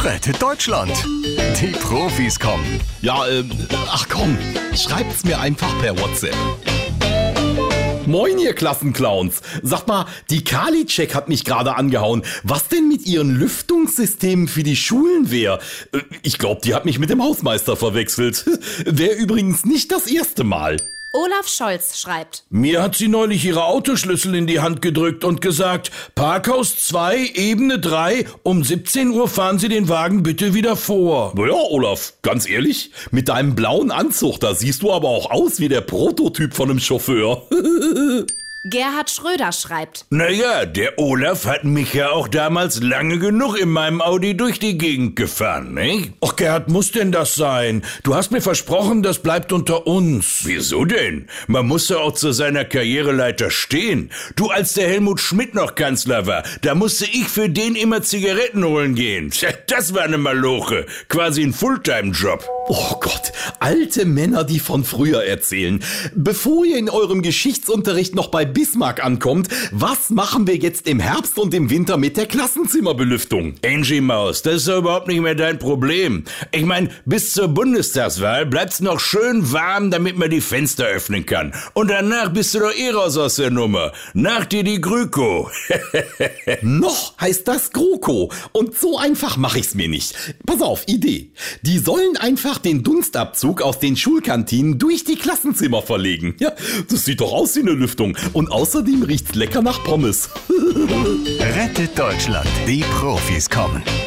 Rettet Deutschland. Die Profis kommen. Ja, ach komm, schreibt's mir einfach per WhatsApp. Moin, ihr Klassenclowns. Sagt mal, die Karliczek hat mich gerade angehauen. Was denn mit ihren Lüftungssystemen für die Schulen wäre? Ich glaube, die hat mich mit dem Hausmeister verwechselt. Wäre übrigens nicht das erste Mal. Olaf Scholz schreibt: Mir hat sie neulich ihre Autoschlüssel in die Hand gedrückt und gesagt, Parkhaus 2, Ebene 3, um 17 Uhr fahren Sie den Wagen bitte wieder vor. Naja, Olaf, ganz ehrlich, mit deinem blauen Anzug, da siehst du aber auch aus wie der Prototyp von einem Chauffeur. Gerhard Schröder schreibt: Naja, der Olaf hat mich ja auch damals lange genug in meinem Audi durch die Gegend gefahren, nicht? Ach, Gerhard, muss denn das sein? Du hast mir versprochen, das bleibt unter uns. Wieso denn? Man muss ja auch zu seiner Karriereleiter stehen. Du, als der Helmut Schmidt noch Kanzler war, da musste ich für den immer Zigaretten holen gehen. Das war eine Maloche, quasi ein Fulltime-Job. Oh Gott, alte Männer, die von früher erzählen. Bevor ihr in eurem Geschichtsunterricht noch bei Bismarck ankommt, was machen wir jetzt im Herbst und im Winter mit der Klassenzimmerbelüftung? Angie Maus, das ist doch überhaupt nicht mehr dein Problem. Ich meine, bis zur Bundestagswahl bleibt's noch schön warm, damit man die Fenster öffnen kann. Und danach bist du doch eh raus aus der Nummer. Nach dir die GroKo. Noch heißt das GroKo. Und so einfach mache ich's mir nicht. Pass auf, Idee. Die sollen einfach den Dunstabzug aus den Schulkantinen durch die Klassenzimmer verlegen. Ja, das sieht doch aus wie eine Lüftung. Und außerdem riecht's lecker nach Pommes. Rettet Deutschland. Die Profis kommen.